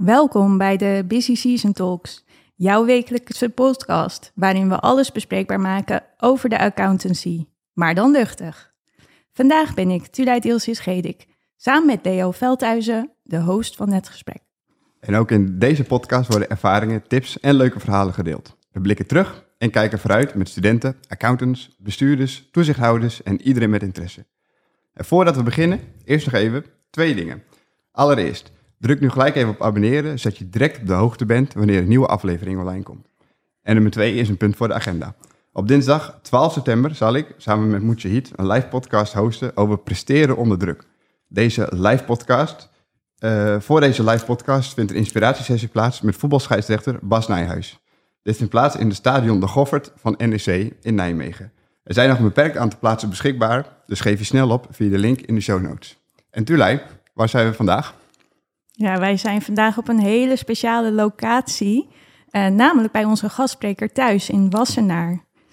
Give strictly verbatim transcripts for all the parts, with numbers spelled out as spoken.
Welkom bij de Busy Season Talks, jouw wekelijkse podcast waarin we alles bespreekbaar maken over de accountancy, maar dan luchtig. Vandaag ben ik Tülay Dilsiz-Gedik, samen met Leo Veldhuizen, de host van het gesprek. En ook in deze podcast worden ervaringen, tips en leuke verhalen gedeeld. We blikken terug en kijken vooruit met studenten, accountants, bestuurders, toezichthouders en iedereen met interesse. En voordat we beginnen, eerst nog even twee dingen. Allereerst, druk nu gelijk even op abonneren, zodat je direct op de hoogte bent wanneer een nieuwe aflevering online komt. En nummer twee is een punt voor de agenda. Op dinsdag twaalf september zal ik, samen met Moetje een live podcast hosten over presteren onder druk. Deze live podcast, uh, voor deze live podcast vindt een inspiratiesessie plaats met voetbalscheidsrechter Bas Nijhuis. Dit vindt plaats in het stadion De Goffert van N E C in Nijmegen. Er zijn nog een beperkt aantal plaatsen beschikbaar, dus geef je snel op via de link in de show notes. En Tülay, waar zijn we vandaag? Ja, wij zijn vandaag op een hele speciale locatie, uh, namelijk bij onze gastspreker thuis in Wassenaar.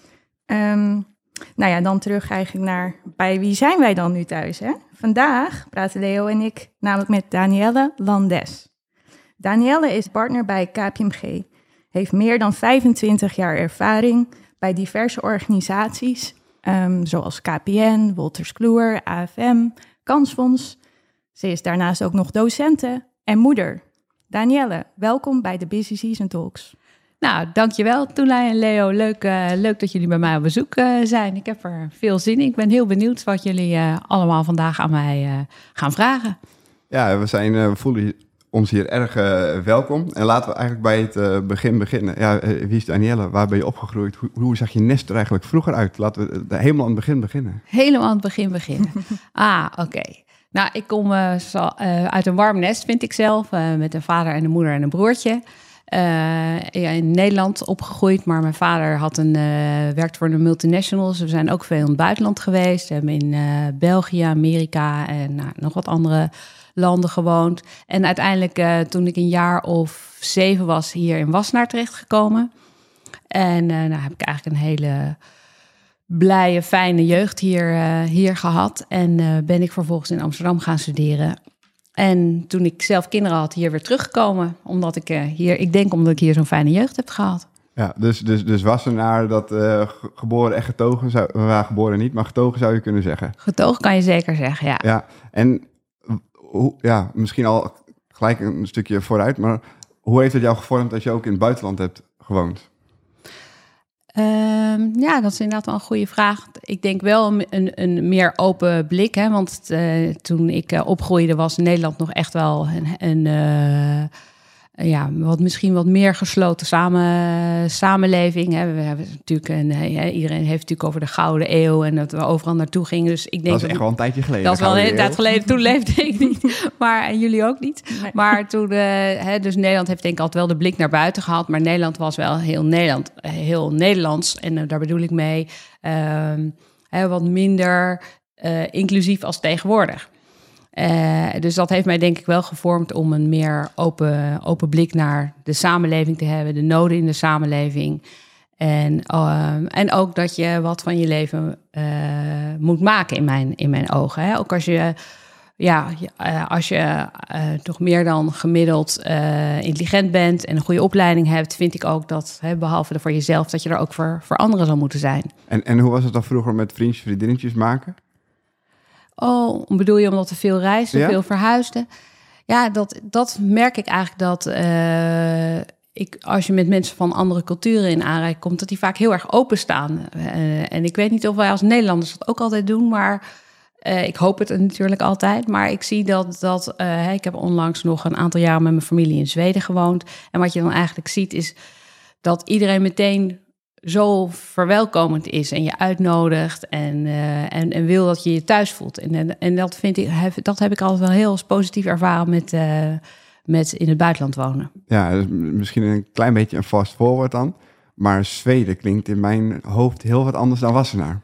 Um, nou ja, dan terug eigenlijk naar bij wie zijn wij dan nu thuis, hè? Vandaag praten Leo en ik namelijk met Danielle Landes. Danielle is partner bij K P M G, heeft meer dan vijfentwintig jaar ervaring bij diverse organisaties, um, zoals K P N, Wolters Kluwer, A F M, Kansfonds. Ze is daarnaast ook nog docente en moeder. Danielle, welkom bij de Busy Season Talks. Nou, dankjewel Tülay en Leo. Leuk, uh, leuk dat jullie bij mij op bezoek uh, zijn. Ik heb er veel zin in. Ik ben heel benieuwd wat jullie uh, allemaal vandaag aan mij uh, gaan vragen. Ja, we, zijn, uh, we voelen ons hier erg uh, welkom. En laten we eigenlijk bij het uh, begin beginnen. Ja, uh, wie is Danielle? Waar ben je opgegroeid? Hoe, hoe zag je nest er eigenlijk vroeger uit? Laten we uh, helemaal aan het begin beginnen. Helemaal aan het begin beginnen. ah, oké. Okay. Nou, ik kom uh, zo, uh, uit een warm nest, vind ik zelf. Uh, met een vader en een moeder en een broertje. Uh, ja, in Nederland opgegroeid, maar mijn vader had een, uh, werkt voor een multinationals. We zijn ook veel in het buitenland geweest. We hebben in uh, België, Amerika en nou, nog wat andere landen gewoond. En uiteindelijk, uh, toen ik een jaar of zeven was, hier in Wassenaar terechtgekomen. En uh, nou heb ik eigenlijk een hele blije, fijne jeugd hier, uh, hier gehad. En uh, ben ik vervolgens in Amsterdam gaan studeren. En toen ik zelf kinderen had, hier weer teruggekomen. Omdat ik uh, hier, ik denk omdat ik hier zo'n fijne jeugd heb gehad. Ja, dus, dus, dus Wassenaar, dat uh, geboren en getogen, zou, we waren geboren niet, maar getogen zou je kunnen zeggen. Getogen kan je zeker zeggen, ja. Ja, en hoe, ja, misschien al gelijk een stukje vooruit, maar hoe heeft het jou gevormd dat je ook in het buitenland hebt gewoond? Um, ja, dat is inderdaad wel een goede vraag. Ik denk wel een, een, een meer open blik. Hè? Want uh, toen ik uh, opgroeide was Nederland nog echt wel een, een uh, ja, wat, misschien wat meer gesloten samen, samenleving. Hè? We hebben natuurlijk een, ja, iedereen heeft natuurlijk over de Gouden Eeuw en dat we overal naartoe gingen. Dus ik denk dat is echt wel een tijdje geleden. Dat is wel een tijd geleden. Toen leefde ik niet, maar en jullie ook niet. Nee. Maar toen, uh, hè, dus Nederland heeft denk ik altijd wel de blik naar buiten gehad, maar Nederland was wel heel Nederland, heel Nederlands en uh, daar bedoel ik mee uh, hè, wat minder uh, inclusief als tegenwoordig. Uh, dus dat heeft mij denk ik wel gevormd om een meer open, open blik naar de samenleving te hebben, de noden in de samenleving. En, uh, en ook dat je wat van je leven uh, moet maken in mijn, in mijn ogen. Hè? Ook als je, ja, uh, als je uh, toch meer dan gemiddeld uh, intelligent bent en een goede opleiding hebt, vind ik ook dat, hè, behalve voor jezelf, dat je er ook voor, voor anderen zal moeten zijn. En, en hoe was het dan vroeger met vriendjes, vriendinnetjes maken? Oh, bedoel je omdat we veel reisden, ja? veel verhuisden? Ja, dat, dat merk ik eigenlijk dat uh, ik, als je met mensen van andere culturen in aanraking komt, dat die vaak heel erg openstaan. Uh, en ik weet niet of wij als Nederlanders dat ook altijd doen, maar uh, ik hoop het natuurlijk altijd. Maar ik zie dat, dat uh, ik heb onlangs nog een aantal jaren met mijn familie in Zweden gewoond. En wat je dan eigenlijk ziet is dat iedereen meteen zo verwelkomend is en je uitnodigt en, uh, en, en wil dat je je thuis voelt. En, en, en dat, vind ik, heb, dat heb ik altijd wel heel positief ervaren met, uh, met in het buitenland wonen. Ja, dus misschien een klein beetje een fast forward dan. Maar Zweden klinkt in mijn hoofd heel wat anders dan Wassenaar.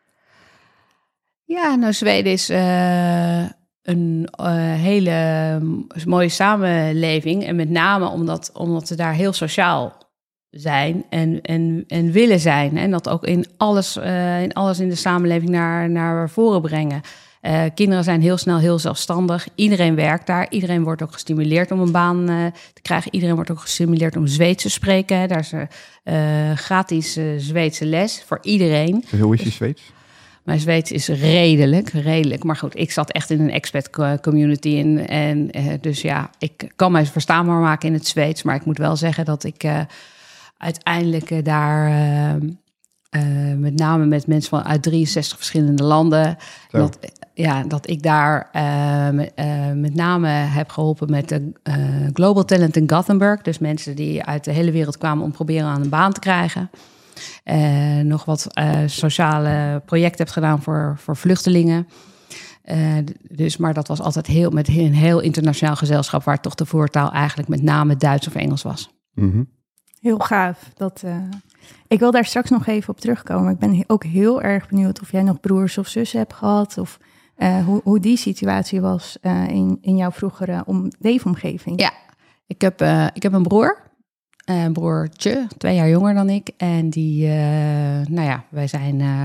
Ja, nou Zweden is uh, een uh, hele mooie samenleving. En met name omdat, omdat ze daar heel sociaal zijn en, en, en willen zijn. En dat ook in alles, uh, in alles in de samenleving naar, naar voren brengen. Uh, kinderen zijn heel snel heel zelfstandig. Iedereen werkt daar. Iedereen wordt ook gestimuleerd om een baan uh, te krijgen. Iedereen wordt ook gestimuleerd om Zweeds te spreken. Daar is uh, gratis uh, Zweedse les voor iedereen. Hoe is je Zweeds? Mijn Zweeds is redelijk, redelijk. Maar goed, ik zat echt in een expat community. In, en uh, dus ja, ik kan mij verstaanbaar maken in het Zweeds. Maar ik moet wel zeggen dat ik uh, uiteindelijk uh, daar... Uh, Uh, met name met mensen van uit drieënzestig verschillende landen. Dat, ja, dat ik daar uh, met, uh, met name heb geholpen met de uh, Global Talent in Gothenburg. Dus mensen die uit de hele wereld kwamen om proberen aan een baan te krijgen. Uh, nog wat uh, sociale projecten heb gedaan voor, voor vluchtelingen. Uh, dus, maar dat was altijd heel, met een heel internationaal gezelschap, waar toch de voertaal eigenlijk met name Duits of Engels was. Mm-hmm. Heel gaaf. Dat, uh, ik wil daar straks nog even op terugkomen. Ik ben ook heel erg benieuwd of jij nog broers of zussen hebt gehad, of uh, hoe, hoe die situatie was uh, in, in jouw vroegere om, leefomgeving. Ja, ik heb, uh, ik heb een broer. Een broertje, twee jaar jonger dan ik. En die, uh, nou ja, wij zijn uh,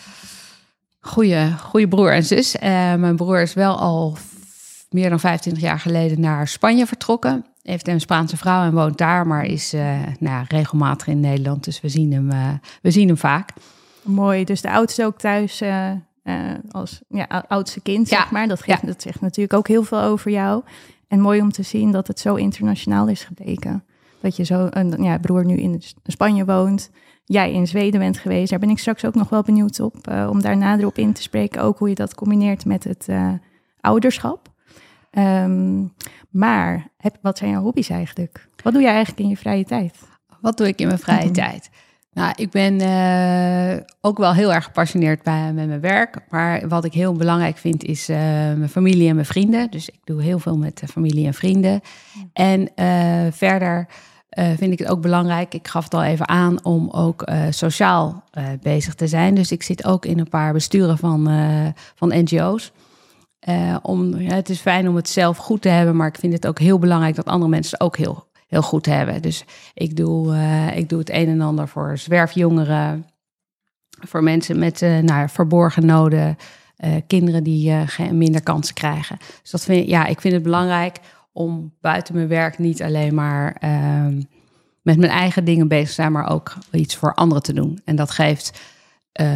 goede, goede broer en zus. Uh, mijn broer is wel al f- meer dan vijfentwintig jaar geleden naar Spanje vertrokken. Heeft een Spaanse vrouw en woont daar, maar is uh, nou, regelmatig in Nederland. Dus we zien hem, uh, we zien hem vaak. Mooi, dus de oudste ook thuis uh, uh, als ja, oudste kind, zeg ja. maar. Dat, geeft, ja. dat zegt natuurlijk ook heel veel over jou. En mooi om te zien dat het zo internationaal is gebleken. Dat je zo een ja, broer nu in Spanje woont, jij in Zweden bent geweest. Daar ben ik straks ook nog wel benieuwd op, uh, om daar nader op in te spreken. Ook hoe je dat combineert met het uh, ouderschap. Um, maar heb, wat zijn jouw hobby's eigenlijk? Wat doe jij eigenlijk in je vrije tijd? Wat doe ik in mijn vrije mm-hmm. tijd? Nou, ik ben uh, ook wel heel erg gepassioneerd bij, met mijn werk. Maar wat ik heel belangrijk vind is uh, mijn familie en mijn vrienden. Dus ik doe heel veel met uh, familie en vrienden. Ja. En uh, verder uh, vind ik het ook belangrijk, ik gaf het al even aan, om ook uh, sociaal uh, bezig te zijn. Dus ik zit ook in een paar besturen van, uh, van N G O's. Uh, om, ja, het is fijn om het zelf goed te hebben, maar ik vind het ook heel belangrijk dat andere mensen het ook heel, heel goed hebben. Dus ik doe, uh, ik doe het een en ander voor zwerfjongeren, voor mensen met uh, nou, verborgen noden, uh, kinderen die uh, geen, minder kansen krijgen. Dus dat vind, ja, ik vind het belangrijk om buiten mijn werk niet alleen maar uh, met mijn eigen dingen bezig te zijn, maar ook iets voor anderen te doen. En dat geeft uh,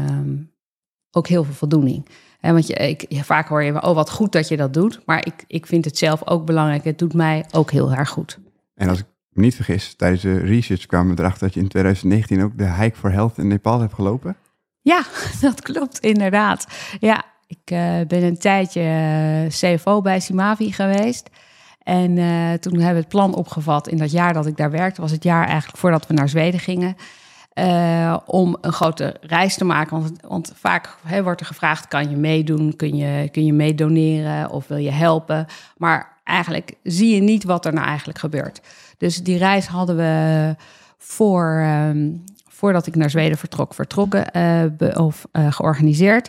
ook heel veel voldoening. He, want je, ik, ja, vaak hoor je, oh wat goed dat je dat doet. Maar ik, ik vind het zelf ook belangrijk. Het doet mij ook heel erg goed. En als ik me niet vergis, tijdens de research kwamen we erachter dat je in twintig negentien ook de Hike for Health in Nepal hebt gelopen. Ja, dat klopt, inderdaad. Ja, ik uh, ben een tijdje uh, C F O bij Simavi geweest. En uh, toen hebben we het plan opgevat. In dat jaar dat ik daar werkte, was het jaar eigenlijk voordat we naar Zweden gingen. Uh, om een grote reis te maken. Want, want vaak he, wordt er gevraagd, kan je meedoen? Kun je, kun je meedoneren of wil je helpen? Maar eigenlijk zie je niet wat er nou eigenlijk gebeurt. Dus die reis hadden we voor, um, voordat ik naar Zweden vertrok, vertrokken uh, be, of uh, georganiseerd.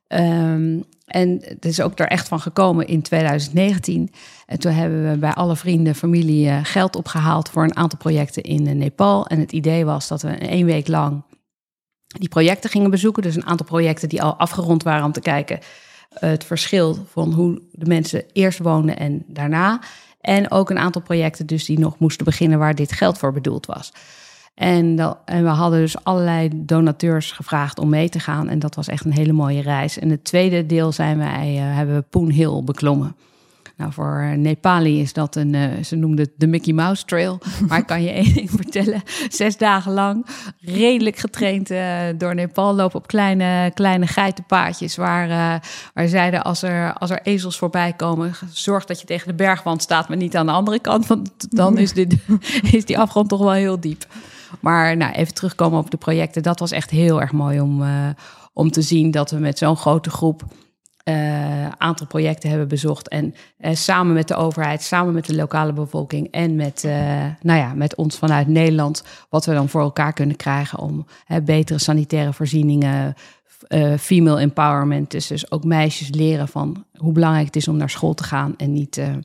Um, en het is ook er echt van gekomen in twintig negentien. En toen hebben we bij alle vrienden, familie uh, geld opgehaald voor een aantal projecten in uh, Nepal. En het idee was dat we één week lang die projecten gingen bezoeken. Dus een aantal projecten die al afgerond waren om te kijken uh, het verschil van hoe de mensen eerst woonden en daarna. En ook een aantal projecten dus die nog moesten beginnen waar dit geld voor bedoeld was. En, dat, en we hadden dus allerlei donateurs gevraagd om mee te gaan. En dat was echt een hele mooie reis. En het tweede deel zijn wij, uh, hebben we Poon Hill beklommen. Nou, voor Nepali is dat een, uh, ze noemden het de Mickey Mouse Trail. Maar ik kan je één ding vertellen. Zes dagen lang, redelijk getraind uh, door Nepal, lopen op kleine, kleine geitenpaadjes. Waar, uh, waar zeiden, als er, als er ezels voorbij komen, zorg dat je tegen de bergwand staat, maar niet aan de andere kant. Want dan is, dit, is die afgrond toch wel heel diep. Maar nou, even terugkomen op de projecten. Dat was echt heel erg mooi om, uh, om te zien dat we met zo'n grote groep een uh, aantal projecten hebben bezocht. En uh, samen met de overheid, samen met de lokale bevolking en met, uh, nou ja, met ons vanuit Nederland, wat we dan voor elkaar kunnen krijgen om uh, betere sanitaire voorzieningen, uh, female empowerment. Dus, dus ook meisjes leren van hoe belangrijk het is om naar school te gaan en niet... Uh,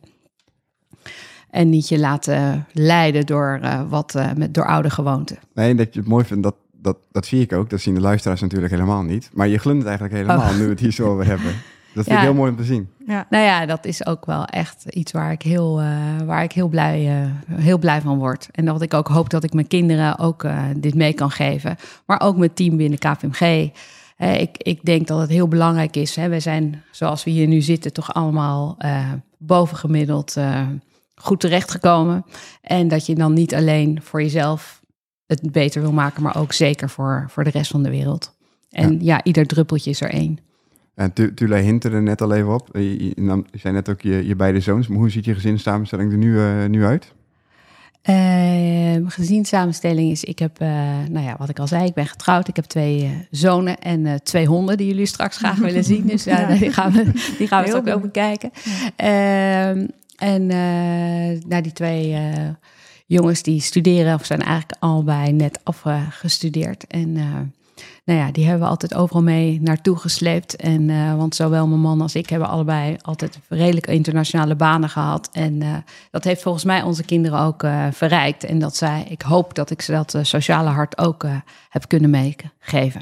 En niet je laten leiden door, uh, wat, uh, met, door oude gewoonten. Nee, dat je het mooi vindt, dat, dat, dat zie ik ook. Dat zien de luisteraars natuurlijk helemaal niet. Maar je glunt het eigenlijk helemaal, oh. Nu we het hier zo over hebben. Dat vind Ja. ik heel mooi om te zien. Ja. Nou ja, dat is ook wel echt iets waar ik heel, uh, waar ik heel, blij, uh, heel blij van word. En dat ik ook hoop dat ik mijn kinderen ook uh, dit mee kan geven. Maar ook mijn team binnen K P M G. Uh, ik, ik denk dat het heel belangrijk is. Hè. Wij zijn, zoals we hier nu zitten, toch allemaal uh, bovengemiddeld uh, goed terechtgekomen. En dat je dan niet alleen voor jezelf het beter wil maken, maar ook zeker voor, voor de rest van de wereld. En ja, ja ieder druppeltje is er één. En Tula hintte er net al even op. Je, je, je zei net ook je, je beide zoons. Maar hoe ziet je gezinssamenstelling er nu, uh, nu uit? Uh, mijn gezinssamenstelling is, ik heb, uh, nou ja, wat ik al zei, ik ben getrouwd. Ik heb twee uh, zonen en uh, twee honden die jullie straks graag willen zien. Dus uh, ja. die gaan we, die gaan we ook, ook bekijken. Ja. Uh, en uh, nou, die twee uh, jongens die studeren, of zijn eigenlijk allebei net afgestudeerd. En uh, nou ja, die hebben we altijd overal mee naartoe gesleept. En, uh, want zowel mijn man als ik hebben allebei altijd redelijk internationale banen gehad. En uh, dat heeft volgens mij onze kinderen ook uh, verrijkt. En dat zij, ik hoop dat ik ze dat uh, sociale hart ook uh, heb kunnen meegeven.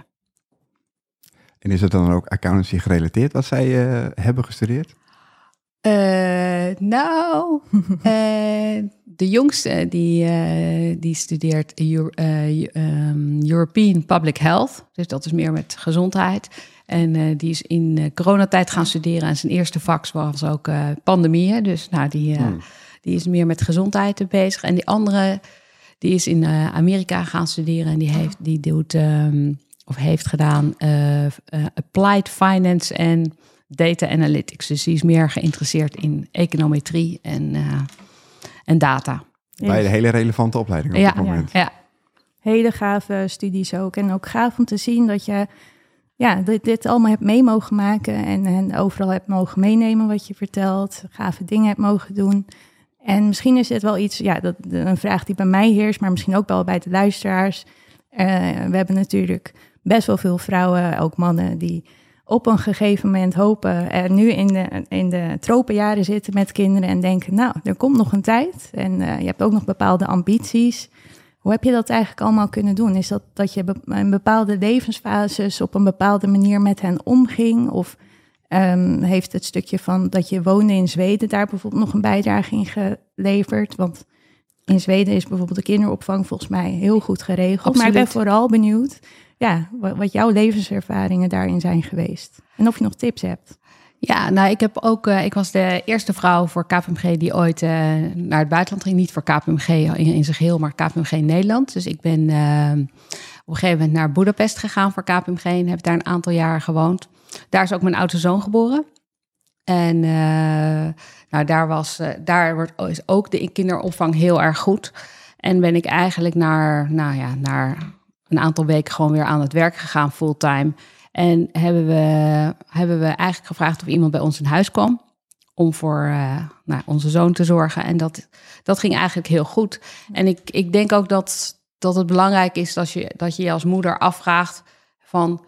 En is het dan ook accountancy gerelateerd wat zij uh, hebben gestudeerd? Uh, nou, uh, de jongste die, uh, die studeert Euro, uh, um, European Public Health. Dus dat is meer met gezondheid. En uh, die is in uh, coronatijd gaan studeren. En zijn eerste vak was ook uh, pandemieën. Dus nou, die, uh, hmm. die is meer met gezondheid bezig. En die andere, die is in uh, Amerika gaan studeren. En die, heeft, die doet, um, of heeft gedaan uh, uh, Applied Finance en Data Analytics. Dus die is meer geïnteresseerd in econometrie en, uh, en data. Bij de hele relevante opleiding op ja, dit moment. Ja. Hele gave studies ook. En ook gaaf om te zien dat je ja, dit, dit allemaal hebt mee mogen maken. En, en overal hebt mogen meenemen wat je vertelt. Gave dingen hebt mogen doen. En misschien is dit wel iets, ja, dat, een vraag die bij mij heerst, maar misschien ook wel bij de luisteraars. Uh, we hebben natuurlijk best wel veel vrouwen, ook mannen, die op een gegeven moment hopen en nu in de, in de tropenjaren zitten met kinderen en denken, nou, er komt nog een tijd en uh, je hebt ook nog bepaalde ambities. Hoe heb je dat eigenlijk allemaal kunnen doen? Is dat dat je in bepaalde levensfases op een bepaalde manier met hen omging? Of um, heeft het stukje van dat je woonde in Zweden daar bijvoorbeeld nog een bijdrage in geleverd? Want in Zweden is bijvoorbeeld de kinderopvang volgens mij heel goed geregeld. Absoluut. Maar ik ben vooral benieuwd ja, wat jouw levenservaringen daarin zijn geweest. En of je nog tips hebt. Ja, nou, ik heb ook. Uh, ik was de eerste vrouw voor K P M G die ooit uh, naar het buitenland ging. Niet voor K P M G in, in zijn geheel, maar K P M G Nederland. Dus ik ben uh, op een gegeven moment naar Boedapest gegaan voor K P M G en heb daar een aantal jaren gewoond. Daar is ook mijn oudste zoon geboren. En uh, nou, daar, was, uh, daar wordt, is ook de kinderopvang heel erg goed. En ben ik eigenlijk naar, nou ja, naar een aantal weken gewoon weer aan het werk gegaan, fulltime. En hebben we, hebben we eigenlijk gevraagd of iemand bij ons in huis kwam om voor uh, nou, onze zoon te zorgen. En dat, dat ging eigenlijk heel goed. En ik, ik denk ook dat, dat het belangrijk is dat je, dat je je als moeder afvraagt van,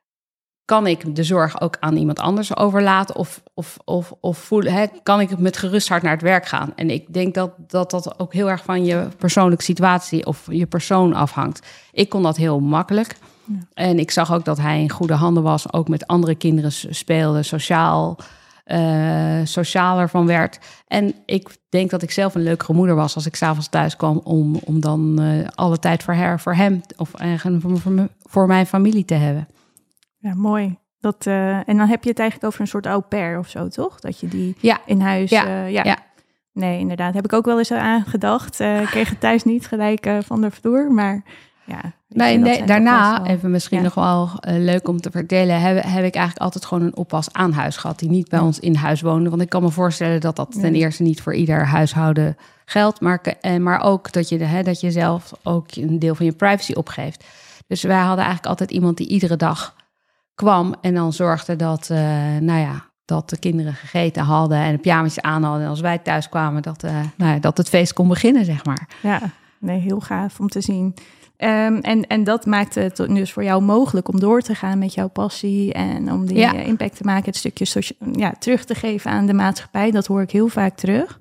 kan ik de zorg ook aan iemand anders overlaten? Of, of, of, of voel, hè, kan ik met gerust hart naar het werk gaan? En ik denk dat, dat dat ook heel erg van je persoonlijke situatie of je persoon afhangt. Ik kon dat heel makkelijk. Ja. En ik zag ook dat hij in goede handen was. Ook met andere kinderen speelde, sociaal, uh, socialer van werd. En ik denk dat ik zelf een leukere moeder was als ik 's avonds thuis kwam om, om dan uh, alle tijd voor haar, voor hem of eigenlijk voor, voor, voor mijn familie te hebben. Ja, mooi. Dat, uh, en dan heb je het eigenlijk over een soort au pair of zo, toch? Dat je die ja. in huis... Ja. Uh, ja. ja. Nee, inderdaad. Heb ik ook wel eens aan gedacht. Uh, ik kreeg het thuis niet gelijk uh, van de vloer, maar ja. Nee, nee, daarna, wel, even misschien ja. nog wel uh, leuk om te vertellen, heb, heb ik eigenlijk altijd gewoon een oppas aan huis gehad die niet bij ja. ons in huis woonde. Want ik kan me voorstellen dat dat ten ja. eerste niet voor ieder huishouden geldt, maar, uh, maar ook dat je, hè, dat je zelf ook een deel van je privacy opgeeft. Dus wij hadden eigenlijk altijd iemand die iedere dag kwam en dan zorgde dat, uh, nou ja, dat de kinderen gegeten hadden en een pyjamaatje aan hadden. En als wij thuis kwamen, dat, uh, nou ja, dat het feest kon beginnen, zeg maar. Ja, nee, heel gaaf om te zien. Um, en, en dat maakt het dus voor jou mogelijk om door te gaan met jouw passie en om die ja. impact te maken, het stukje socia- ja, terug te geven aan de maatschappij. Dat hoor ik heel vaak terug.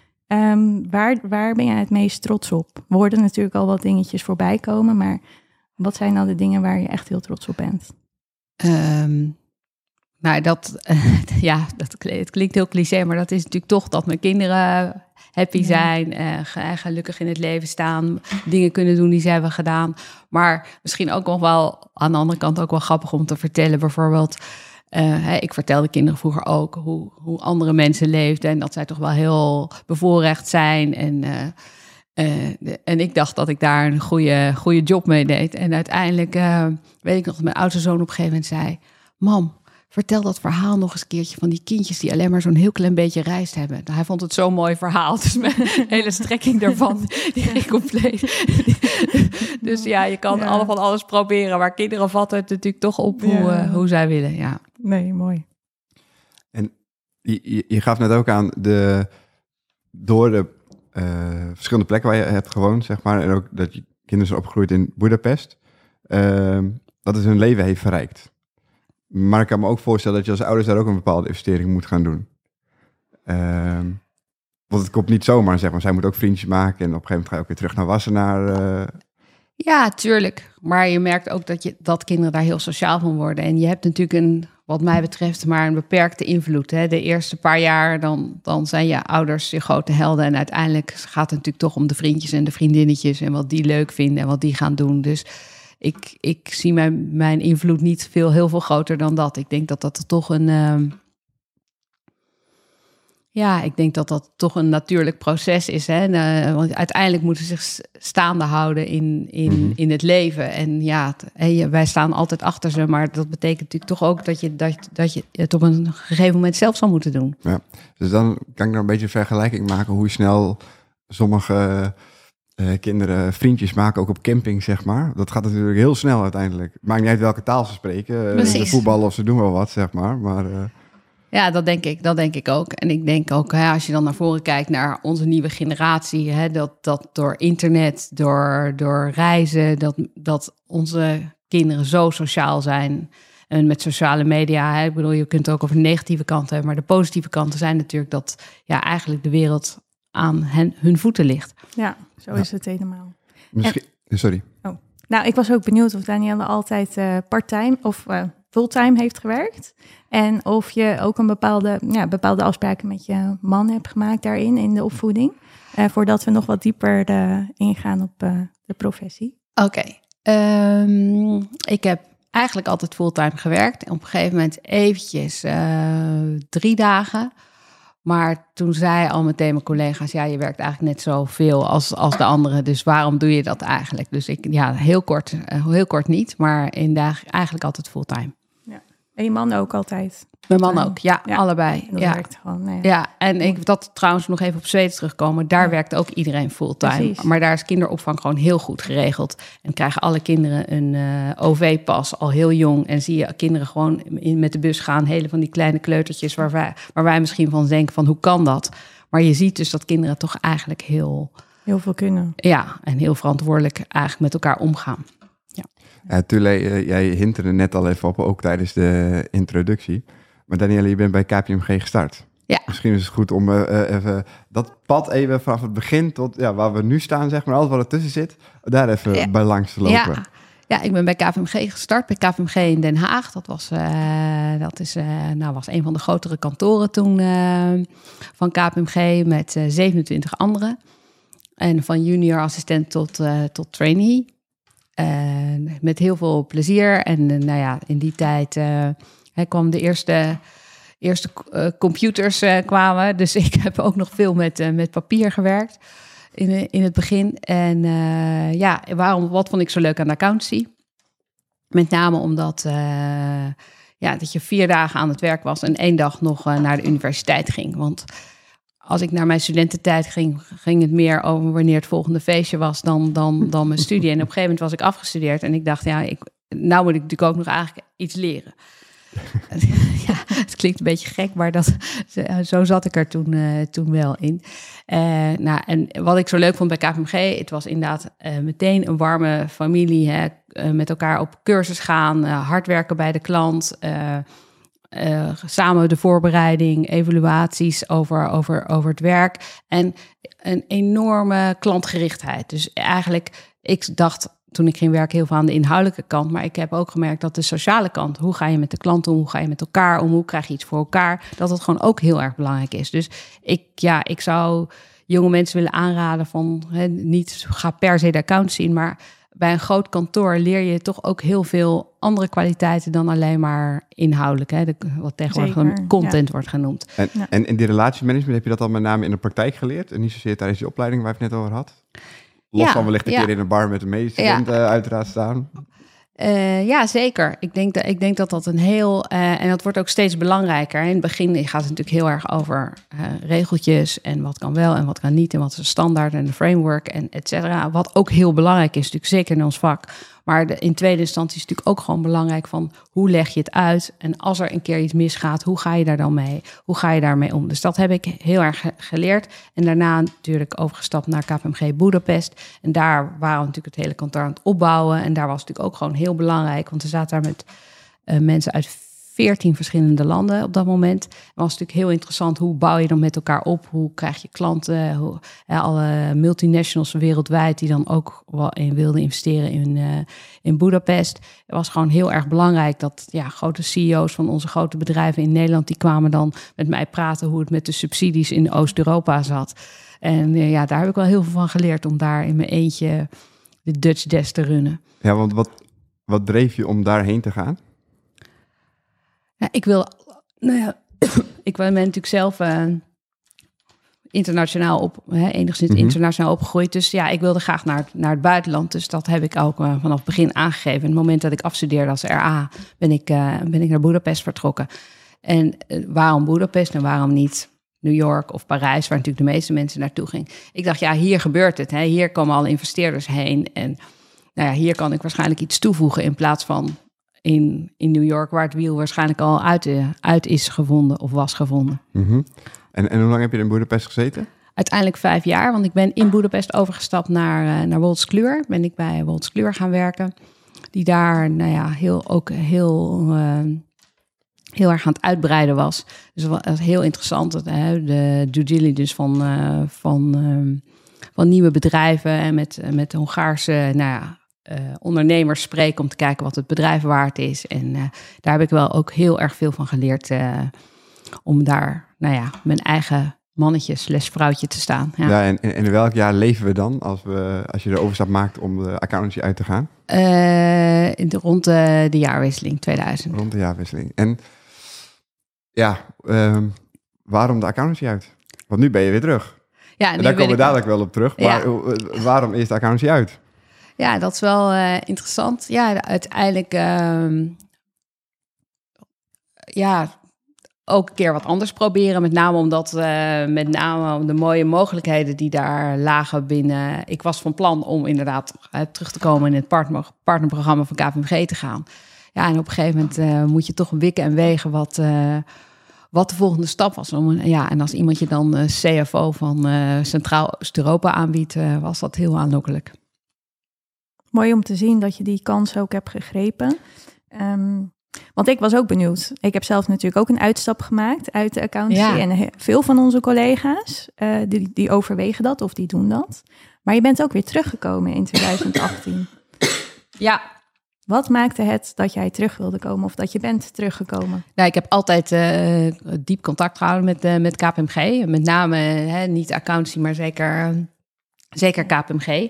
Um, waar, waar ben jij het meest trots op? We hoorden natuurlijk al wat dingetjes voorbij komen, maar wat zijn nou de dingen waar je echt heel trots op bent? Um, Nou, dat, uh, ja, dat het klinkt heel cliché, maar dat is natuurlijk toch dat mijn kinderen happy zijn, uh, gelukkig in het leven staan, dingen kunnen doen die ze hebben gedaan. Maar misschien ook nog wel aan de andere kant ook wel grappig om te vertellen. Bijvoorbeeld, uh, hè, ik vertelde kinderen vroeger ook hoe, hoe andere mensen leefden en dat zij toch wel heel bevoorrecht zijn. En, uh, uh, de, en ik dacht dat ik daar een goede, goede job mee deed. En uiteindelijk uh, weet ik nog dat mijn oudste zoon op een gegeven moment zei: Mam, vertel dat verhaal nog eens een keertje van die kindjes die alleen maar zo'n heel klein beetje rijst hebben. Hij vond het zo'n mooi verhaal. Dus mijn hele strekking daarvan, die ging compleet. Dus ja, je kan ja. alle van alles proberen. Maar kinderen vatten het natuurlijk toch op hoe, ja. uh, hoe zij willen. Ja. Nee, mooi. En je, je gaf net ook aan, de, door de uh, verschillende plekken waar je hebt gewoond, zeg maar, en ook dat je kinderen zijn opgegroeid in Budapest, uh, dat het hun leven heeft verrijkt. Maar ik kan me ook voorstellen dat je als ouders daar ook een bepaalde investering moet gaan doen. Uh, want het komt niet zomaar, zeg maar. Zij moet ook vriendjes maken en op een gegeven moment ga je ook weer terug naar Wassenaar. Uh... Ja, tuurlijk. Maar je merkt ook dat, je, dat kinderen daar heel sociaal van worden. En je hebt natuurlijk een, wat mij betreft, maar een beperkte invloed. Hè. De eerste paar jaar, dan, dan zijn je ouders je grote helden. En uiteindelijk gaat het natuurlijk toch om de vriendjes en de vriendinnetjes en wat die leuk vinden en wat die gaan doen. Dus Ik, ik zie mijn, mijn invloed niet veel, heel veel groter dan dat. Ik denk dat dat toch een... Uh, ja, ik denk dat dat toch een natuurlijk proces is. Hè? Uh, want uiteindelijk moeten ze zich staande houden in, in, mm-hmm. in het leven. En ja, t- hey, wij staan altijd achter ze. Maar dat betekent natuurlijk toch ook dat je, dat, dat je het op een gegeven moment zelf zal moeten doen. Ja, dus dan kan ik er een beetje een vergelijking maken hoe snel sommige... Uh, kinderen vriendjes maken, ook op camping, zeg maar. Dat gaat natuurlijk heel snel uiteindelijk. Maakt niet uit welke taal ze spreken. Uh, ze voetballen of ze doen wel wat, zeg maar. maar uh... Ja, dat denk ik. Dat denk ik ook. En ik denk ook, hè, als je dan naar voren kijkt naar onze nieuwe generatie, hè, dat, dat door internet, door, door reizen, dat, dat onze kinderen zo sociaal zijn. En met sociale media, hè, ik bedoel, je kunt het ook over de negatieve kanten hebben, maar de positieve kanten zijn natuurlijk dat ja, eigenlijk de wereld aan hen, hun voeten ligt. Ja, zo is ja. het helemaal. Misschien, en, sorry. Oh. Nou, ik was ook benieuwd of Danielle altijd uh, part-time of uh, fulltime heeft gewerkt. En of je ook een bepaalde, ja, bepaalde afspraken met je man hebt gemaakt daarin, in de opvoeding. Uh, voordat we nog wat dieper uh, ingaan op uh, de professie. Oké. Okay. Um, ik heb eigenlijk altijd fulltime gewerkt. En op een gegeven moment eventjes uh, drie dagen... Maar toen zei al meteen mijn collega's, ja, je werkt eigenlijk net zoveel als, als de anderen. Dus waarom doe je dat eigenlijk? Dus ik, ja, heel kort, uh, heel kort niet, maar in dag eigenlijk altijd fulltime. Ja. En je man ook altijd? Mijn man ook, ja, ja. allebei. Dat ja. werkt gewoon. Nee. Ja, en ik dat trouwens nog even op Zweden terugkomen. Daar ja. werkt ook iedereen fulltime. Precies. Maar daar is kinderopvang gewoon heel goed geregeld. En krijgen alle kinderen een uh, O V-pas al heel jong. En zie je kinderen gewoon in, met de bus gaan. Hele van die kleine kleutertjes waar wij, waar wij misschien van denken van hoe kan dat? Maar je ziet dus dat kinderen toch eigenlijk heel... Heel veel kunnen. Ja, en heel verantwoordelijk eigenlijk met elkaar omgaan. Ja, ja Tule, uh, jij hint er net al even op, ook tijdens de introductie. Maar Danielle, je bent bij K P M G gestart. Ja. Misschien is het goed om uh, even dat pad even vanaf het begin tot ja, waar we nu staan, zeg maar, alles wat er tussen zit, daar even ja. bij langs te lopen. Ja. ja, ik ben bij K P M G gestart, bij K P M G in Den Haag. Dat was, uh, dat is, uh, nou, was een van de grotere kantoren toen uh, van K P M G met uh, zevenentwintig anderen. En van junior assistent tot, uh, tot trainee. Uh, met heel veel plezier. En uh, nou ja, in die tijd... Uh, Hij kwam de eerste, eerste uh, computers uh, kwamen. Dus ik heb ook nog veel met, uh, met papier gewerkt in, in het begin. En uh, ja, waarom, wat vond ik zo leuk aan de accountancy? Met name omdat uh, ja, dat je vier dagen aan het werk was en één dag nog uh, naar de universiteit ging. Want als ik naar mijn studententijd ging, ging het meer over wanneer het volgende feestje was dan, dan, dan mijn studie. En op een gegeven moment was ik afgestudeerd en ik dacht, ja, ik, nou moet ik natuurlijk ook nog eigenlijk iets leren. Ja, het klinkt een beetje gek, maar dat, zo zat ik er toen, uh, toen wel in. Uh, nou, en wat ik zo leuk vond bij K P M G, het was inderdaad uh, meteen een warme familie. Hè, uh, met elkaar op cursus gaan, uh, hard werken bij de klant. Uh, uh, samen de voorbereiding, evaluaties over, over, over het werk. En een enorme klantgerichtheid. Dus eigenlijk, ik dacht... toen ik ging werken heel veel aan de inhoudelijke kant. Maar ik heb ook gemerkt dat de sociale kant, hoe ga je met de klant om, hoe ga je met elkaar om, hoe krijg je iets voor elkaar, dat het gewoon ook heel erg belangrijk is. Dus ik, ja, ik zou jonge mensen willen aanraden van, hè, niet ga per se de accountancy in, maar bij een groot kantoor leer je toch ook heel veel andere kwaliteiten dan alleen maar inhoudelijk. Hè, de, wat tegenwoordig Zeker, content ja. wordt genoemd. En, ja. en in die relatiemanagement, heb je dat al met name in de praktijk geleerd? En niet zozeer tijdens die opleiding waar je het net over had? Los ja, van wellicht een ja. keer in een bar met de medestudenten ja. uiteraard staan. Uh, ja, zeker. Ik denk, dat, ik denk dat dat een heel... Uh, en dat wordt ook steeds belangrijker. In het begin gaat het natuurlijk heel erg over uh, regeltjes en wat kan wel en wat kan niet en wat is de standaard en de framework en et cetera. Wat ook heel belangrijk is, natuurlijk zeker in ons vak. Maar de, in tweede instantie is het natuurlijk ook gewoon belangrijk van hoe leg je het uit? En als er een keer iets misgaat, hoe ga je daar dan mee? Hoe ga je daarmee om? Dus dat heb ik heel erg ge- geleerd. En daarna natuurlijk overgestapt naar K P M G Budapest. En daar waren we natuurlijk het hele kantoor aan het opbouwen. En daar was het natuurlijk ook gewoon heel belangrijk. Want we zaten daar met uh, mensen uit veertien verschillende landen op dat moment. Het was natuurlijk heel interessant. Hoe bouw je dan met elkaar op? Hoe krijg je klanten? Hoe, ja, alle multinationals wereldwijd die dan ook wel in wilden investeren in, uh, in Budapest. Het was gewoon heel erg belangrijk dat ja, grote C E O's van onze grote bedrijven in Nederland, die kwamen dan met mij praten hoe het met de subsidies in Oost-Europa zat. En uh, ja, daar heb ik wel heel veel van geleerd om daar in mijn eentje de Dutch Desk te runnen. Ja, want wat, wat dreef je om daarheen te gaan? Ja, ik wil, nou ja, ik ben natuurlijk zelf uh, internationaal op, hè, enigszins mm-hmm. internationaal opgegroeid. Dus ja, ik wilde graag naar, naar het buitenland. Dus dat heb ik ook uh, vanaf het begin aangegeven. En het moment dat ik afstudeerde als R A, ben ik, uh, ben ik naar Budapest vertrokken. En uh, waarom Budapest en waarom niet New York of Parijs, waar natuurlijk de meeste mensen naartoe gingen? Ik dacht, ja, hier gebeurt het. Hè. Hier komen alle investeerders heen. En nou ja, hier kan ik waarschijnlijk iets toevoegen in plaats van In, in New York, waar het wiel waarschijnlijk al uit, uh, uit is gevonden of was gevonden. Mm-hmm. En, en hoe lang heb je in Budapest gezeten? Uiteindelijk vijf jaar, want ik ben in Budapest overgestapt naar, uh, naar Wolters Kluwer. Ben ik bij Wolters Kluwer gaan werken. Die daar nou ja, heel, ook heel, uh, heel erg aan het uitbreiden was. Dus dat was heel interessant. Uh, de due diligence van, uh, van, uh, van nieuwe bedrijven en met, uh, met de Hongaarse nou ja, Uh, ondernemers spreken om te kijken wat het bedrijf waard is. En uh, daar heb ik wel ook heel erg veel van geleerd uh, om daar, nou ja, mijn eigen mannetje slash vrouwtje te staan. Ja, ja en, en in welk jaar leven we dan als, we, als je de overstap maakt om de accountancy uit te gaan? Uh, in de, rond de, de jaarwisseling tweeduizend. Rond de jaarwisseling. En ja, um, waarom de accountancy uit? Want nu ben je weer terug. Ja, en daar komen we dadelijk wel op terug. Maar ja. waarom is de accountancy uit? Ja, dat is wel uh, interessant. Ja, uiteindelijk uh, ja, ook een keer wat anders proberen. Met name omdat uh, met name de mooie mogelijkheden die daar lagen binnen. Ik was van plan om inderdaad uh, terug te komen in het partner, partnerprogramma van K P M G te gaan. Ja, en op een gegeven moment uh, moet je toch wikken en wegen wat, uh, wat de volgende stap was. Om, ja, en als iemand je dan uh, C F O van uh, Centraal-Oost-Europa aanbiedt, uh, was dat heel aanlokkelijk. Mooi om te zien dat je die kans ook hebt gegrepen. Um, want ik was ook benieuwd. Ik heb zelf natuurlijk ook een uitstap gemaakt uit de accountancy. Ja. En he- veel van onze collega's, uh, die, die overwegen dat of die doen dat. Maar je bent ook weer teruggekomen in twintig achttien. Ja. Wat maakte het dat jij terug wilde komen of dat je bent teruggekomen? Nou, ik heb altijd uh, diep contact gehouden met, uh, met K P M G. Met name uh, niet accountancy, maar zeker, uh, zeker K P M G.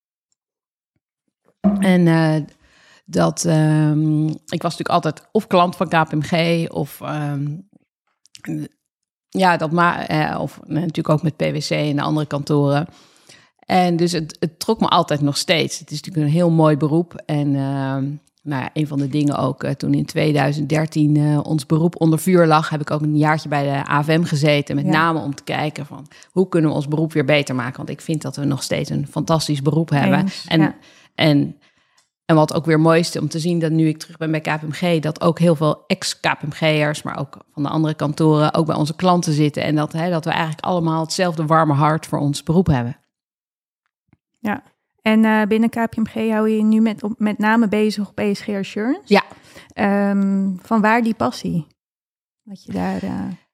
En uh, dat, um, ik was natuurlijk altijd of klant van K P M G of um, ja, dat maar uh, of uh, natuurlijk ook met P W C en de andere kantoren. En dus het, het trok me altijd nog steeds. Het is natuurlijk een heel mooi beroep. En uh, nou ja, een van de dingen ook, uh, toen in twintig dertien uh, ons beroep onder vuur lag, heb ik ook een jaartje bij de A F M gezeten. Met ja. name om te kijken van hoe kunnen we ons beroep weer beter maken. Want ik vind dat we nog steeds een fantastisch beroep hebben. Eens, en, ja. en, en wat ook weer mooi is om te zien dat nu ik terug ben bij K P M G, dat ook heel veel ex-K P M G'ers, maar ook van de andere kantoren, ook bij onze klanten zitten. En dat, hè, dat we eigenlijk allemaal hetzelfde warme hart voor ons beroep hebben. Ja, en uh, binnen K P M G hou je je nu met, op, met name bezig op E S G Assurance. Ja. Um, van waar die passie? Wat je daar... Uh...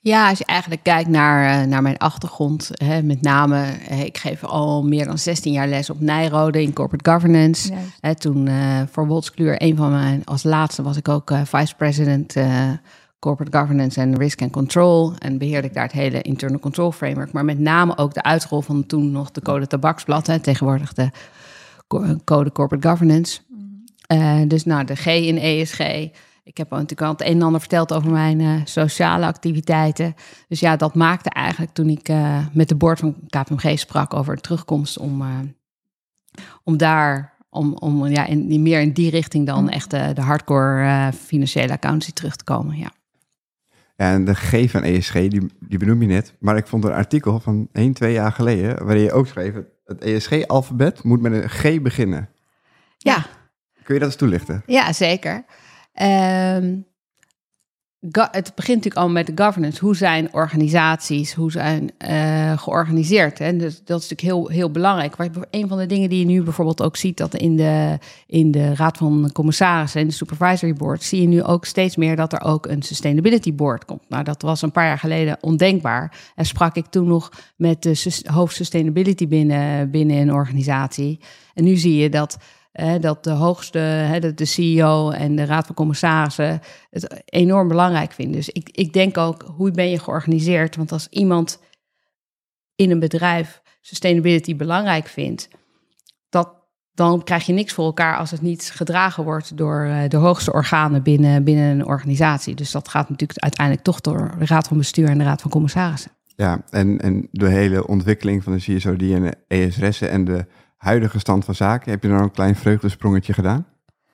Ja, als je eigenlijk kijkt naar, uh, naar mijn achtergrond, hè, met name, hè, ik geef al meer dan zestien jaar les op Nijrode in corporate governance. Hè, toen uh, voor Wolters-Kluwer, een van mijn, als laatste was ik ook uh, vice president uh, corporate governance en risk and control. En beheerde ik daar het hele internal control framework. Maar met name ook de uitrol van toen nog de code tabaksblad, hè, tegenwoordig de code corporate governance. Uh, dus nou, de G in E S G. Ik heb natuurlijk al het een en ander verteld over mijn uh, sociale activiteiten. Dus ja, dat maakte eigenlijk toen ik uh, met de board van K P M G sprak over de terugkomst om, uh, om daar, om, om ja, in, meer in die richting dan echt uh, de hardcore uh, financiële accountancy terug te komen. Ja. Ja, en de G van E S G, die, die benoem je net. Maar ik vond een artikel van één, twee jaar geleden, waarin je ook schreef, het E S G-alfabet moet met een G beginnen. Ja. Kun je dat eens toelichten? Ja, zeker. Um, go- het begint natuurlijk al met de governance. Hoe zijn organisaties, hoe zijn uh, georganiseerd? Hè? Dus dat is natuurlijk heel, heel belangrijk. Een van de dingen die je nu bijvoorbeeld ook ziet, dat in de, in de Raad van Commissarissen en de Supervisory Board, zie je nu ook steeds meer dat er ook een Sustainability Board komt. Nou, dat was een paar jaar geleden ondenkbaar. En sprak ik toen nog met de sus- hoofd Sustainability binnen, binnen een organisatie. En nu zie je dat Uh, dat de hoogste, hè, de, de C E O en de Raad van Commissarissen het enorm belangrijk vinden. Dus ik, ik denk ook, hoe ben je georganiseerd? Want als iemand in een bedrijf sustainability belangrijk vindt, dat, dan krijg je niks voor elkaar als het niet gedragen wordt door uh, de hoogste organen binnen, binnen een organisatie. Dus dat gaat natuurlijk uiteindelijk toch door de Raad van Bestuur en de Raad van Commissarissen. Ja, en, en de hele ontwikkeling van de C S O D en de E S R'en en de huidige stand van zaken, heb je dan een klein vreugdesprongetje gedaan?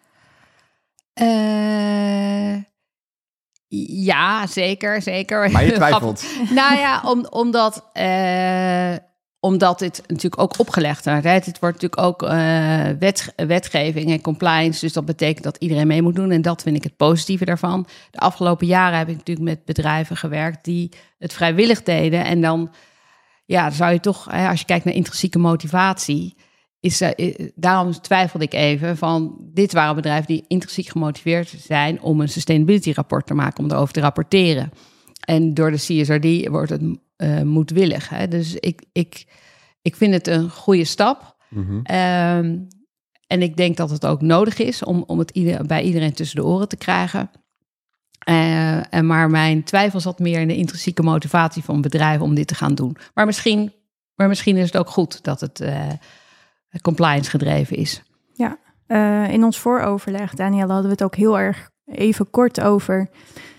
Uh, ja, zeker, zeker. Maar je twijfelt. nou ja, om, omdat, uh, omdat dit natuurlijk ook opgelegd wordt. Hè. Dit wordt natuurlijk ook uh, wet, wetgeving en compliance. Dus dat betekent dat iedereen mee moet doen. En dat vind ik het positieve daarvan. De afgelopen jaren heb ik natuurlijk met bedrijven gewerkt die het vrijwillig deden. En dan, ja, zou je toch, hè, als je kijkt naar intrinsieke motivatie, Is, uh, daarom twijfelde ik even van, dit waren bedrijven die intrinsiek gemotiveerd zijn om een sustainability rapport te maken, om erover te rapporteren. En door de C S R D wordt het uh, moedwillig. Hè? Dus ik, ik, ik vind het een goede stap. Mm-hmm. Um, en ik denk dat het ook nodig is om, om het ieder, bij iedereen tussen de oren te krijgen. Uh, en maar mijn twijfel zat meer in de intrinsieke motivatie van bedrijven om dit te gaan doen. Maar misschien, maar misschien is het ook goed dat het Uh, compliance gedreven is. Ja, uh, in ons vooroverleg, Danielle, hadden we het ook heel erg even kort over,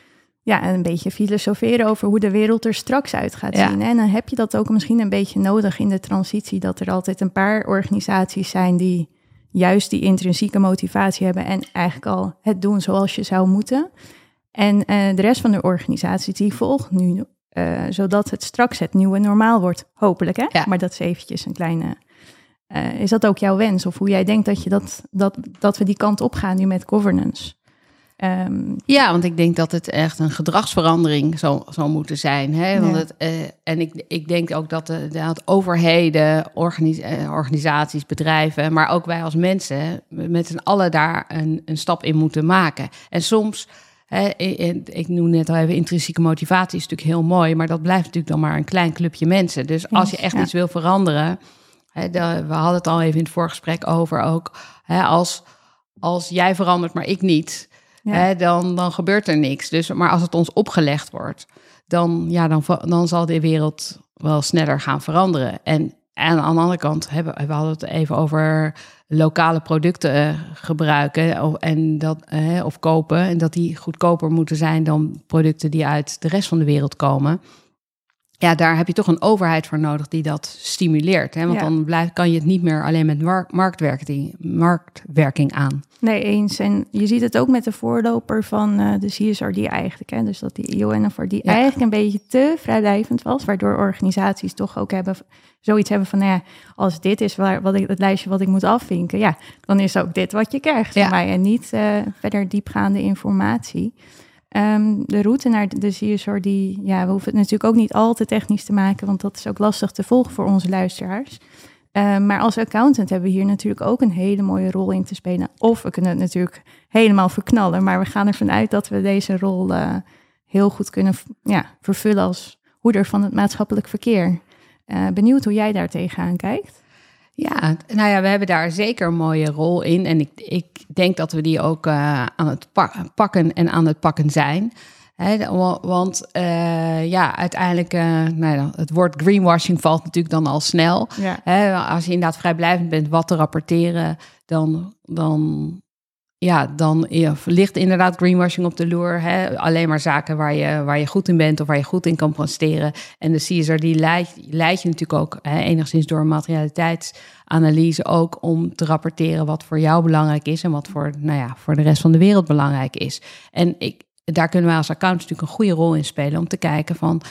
ja, een beetje filosoferen over hoe de wereld er straks uit gaat ja. zien. Hè? En dan heb je dat ook misschien een beetje nodig in de transitie, dat er altijd een paar organisaties zijn die juist die intrinsieke motivatie hebben en eigenlijk al het doen zoals je zou moeten. En uh, de rest van de organisaties die volgt nu, uh, zodat het straks het nieuwe normaal wordt, hopelijk. Hè? Ja. Maar dat is eventjes een kleine. Uh, is dat ook jouw wens? Of hoe jij denkt dat, je dat, dat, dat we die kant op gaan nu met governance? Um, ja, want ik denk dat het echt een gedragsverandering zou, zou moeten zijn. Hè? Want ja. het, uh, en ik, ik denk ook dat de, de overheden, organis, uh, organisaties, bedrijven, maar ook wij als mensen met z'n allen daar een, een stap in moeten maken. En soms, hè, ik, ik noem net al even, intrinsieke motivatie is natuurlijk heel mooi, maar dat blijft natuurlijk dan maar een klein clubje mensen. Dus als je echt ja. iets wil veranderen, He, de, we hadden het al even in het voorgesprek over ook. He, als, als jij verandert, maar ik niet, ja. he, dan, dan gebeurt er niks. Dus, maar als het ons opgelegd wordt, dan, ja, dan, dan zal de wereld wel sneller gaan veranderen. En, en aan de andere kant, hebben we hadden het even over lokale producten uh, gebruiken of, en dat, uh, of kopen. En dat die goedkoper moeten zijn dan producten die uit de rest van de wereld komen. Ja, daar heb je toch een overheid voor nodig die dat stimuleert. Hè? Want ja. dan blijf, kan je het niet meer alleen met mark- marktwerking, marktwerking aan. Nee, eens. En je ziet het ook met de voorloper van uh, de C S R D eigenlijk. Hè? Dus dat die I O N F R die ja. eigenlijk een beetje te vrijblijvend was. Waardoor organisaties toch ook hebben, zoiets hebben van, nou ja, als dit is waar, wat ik, het lijstje wat ik moet afvinken, ja, dan is ook dit wat je krijgt van ja. mij. En niet uh, verder diepgaande informatie. Um, de route naar de, de C S R, die, ja, we hoeven het natuurlijk ook niet al te technisch te maken, want dat is ook lastig te volgen voor onze luisteraars. Uh, maar als accountant hebben we hier natuurlijk ook een hele mooie rol in te spelen. Of we kunnen het natuurlijk helemaal verknallen, maar we gaan ervan uit dat we deze rol uh, heel goed kunnen ja, vervullen als hoeder van het maatschappelijk verkeer. Uh, benieuwd hoe jij daar tegenaan kijkt. Ja, nou ja, we hebben daar zeker een mooie rol in. En ik, ik denk dat we die ook uh, aan het pakken en aan het pakken zijn. He, want uh, ja, uiteindelijk, uh, nou ja, het woord greenwashing valt natuurlijk dan al snel. Ja. He, als je inderdaad vrijblijvend bent wat te rapporteren, dan, dan, ja, dan ja, ligt inderdaad greenwashing op de loer. He. Alleen maar zaken waar je, waar je goed in bent of waar je goed in kan presteren. En de C S R die leidt, leidt je natuurlijk ook he, enigszins door een materialiteitsanalyse ook om te rapporteren wat voor jou belangrijk is en wat voor, nou ja, voor de rest van de wereld belangrijk is. En ik Daar kunnen wij als accountants natuurlijk een goede rol in spelen om te kijken van,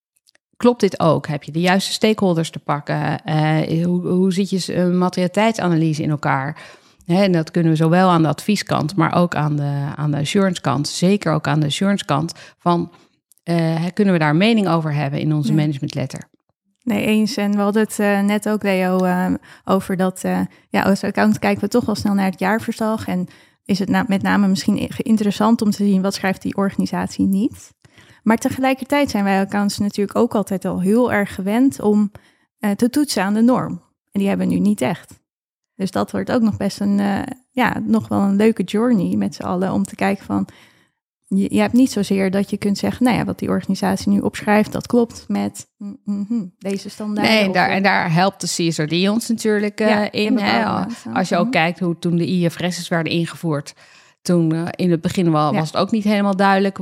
klopt dit ook? Heb je de juiste stakeholders te pakken? Uh, hoe, hoe zit je uh, materialiteitsanalyse in elkaar? Hè, en dat kunnen we zowel aan de advieskant, maar ook aan de, aan de assurance kant. Zeker ook aan de assurance kant van, uh, kunnen we daar een mening over hebben in onze ja. management letter? Nee, eens. En we hadden het uh, net ook, Leo, uh, over dat, uh, ja, als accountant kijken we toch wel snel naar het jaarverslag en is het na, met name misschien interessant om te zien wat schrijft die organisatie niet. Maar tegelijkertijd zijn wij accountants natuurlijk ook altijd al heel erg gewend om uh, te toetsen aan de norm. En die hebben we nu niet echt. Dus dat wordt ook nog best een, uh, ja, nog wel een leuke journey met z'n allen om te kijken van, je, je hebt niet zozeer dat je kunt zeggen, nou ja, wat die organisatie nu opschrijft, dat klopt met mm-hmm, deze standaarden. Nee, en daar, en daar helpt de C S R D ons natuurlijk uh, ja, in. Hè? Als je ook kijkt hoe toen de I F R's werden ingevoerd, toen uh, in het begin wel, ja. was het ook niet helemaal duidelijk. Uh,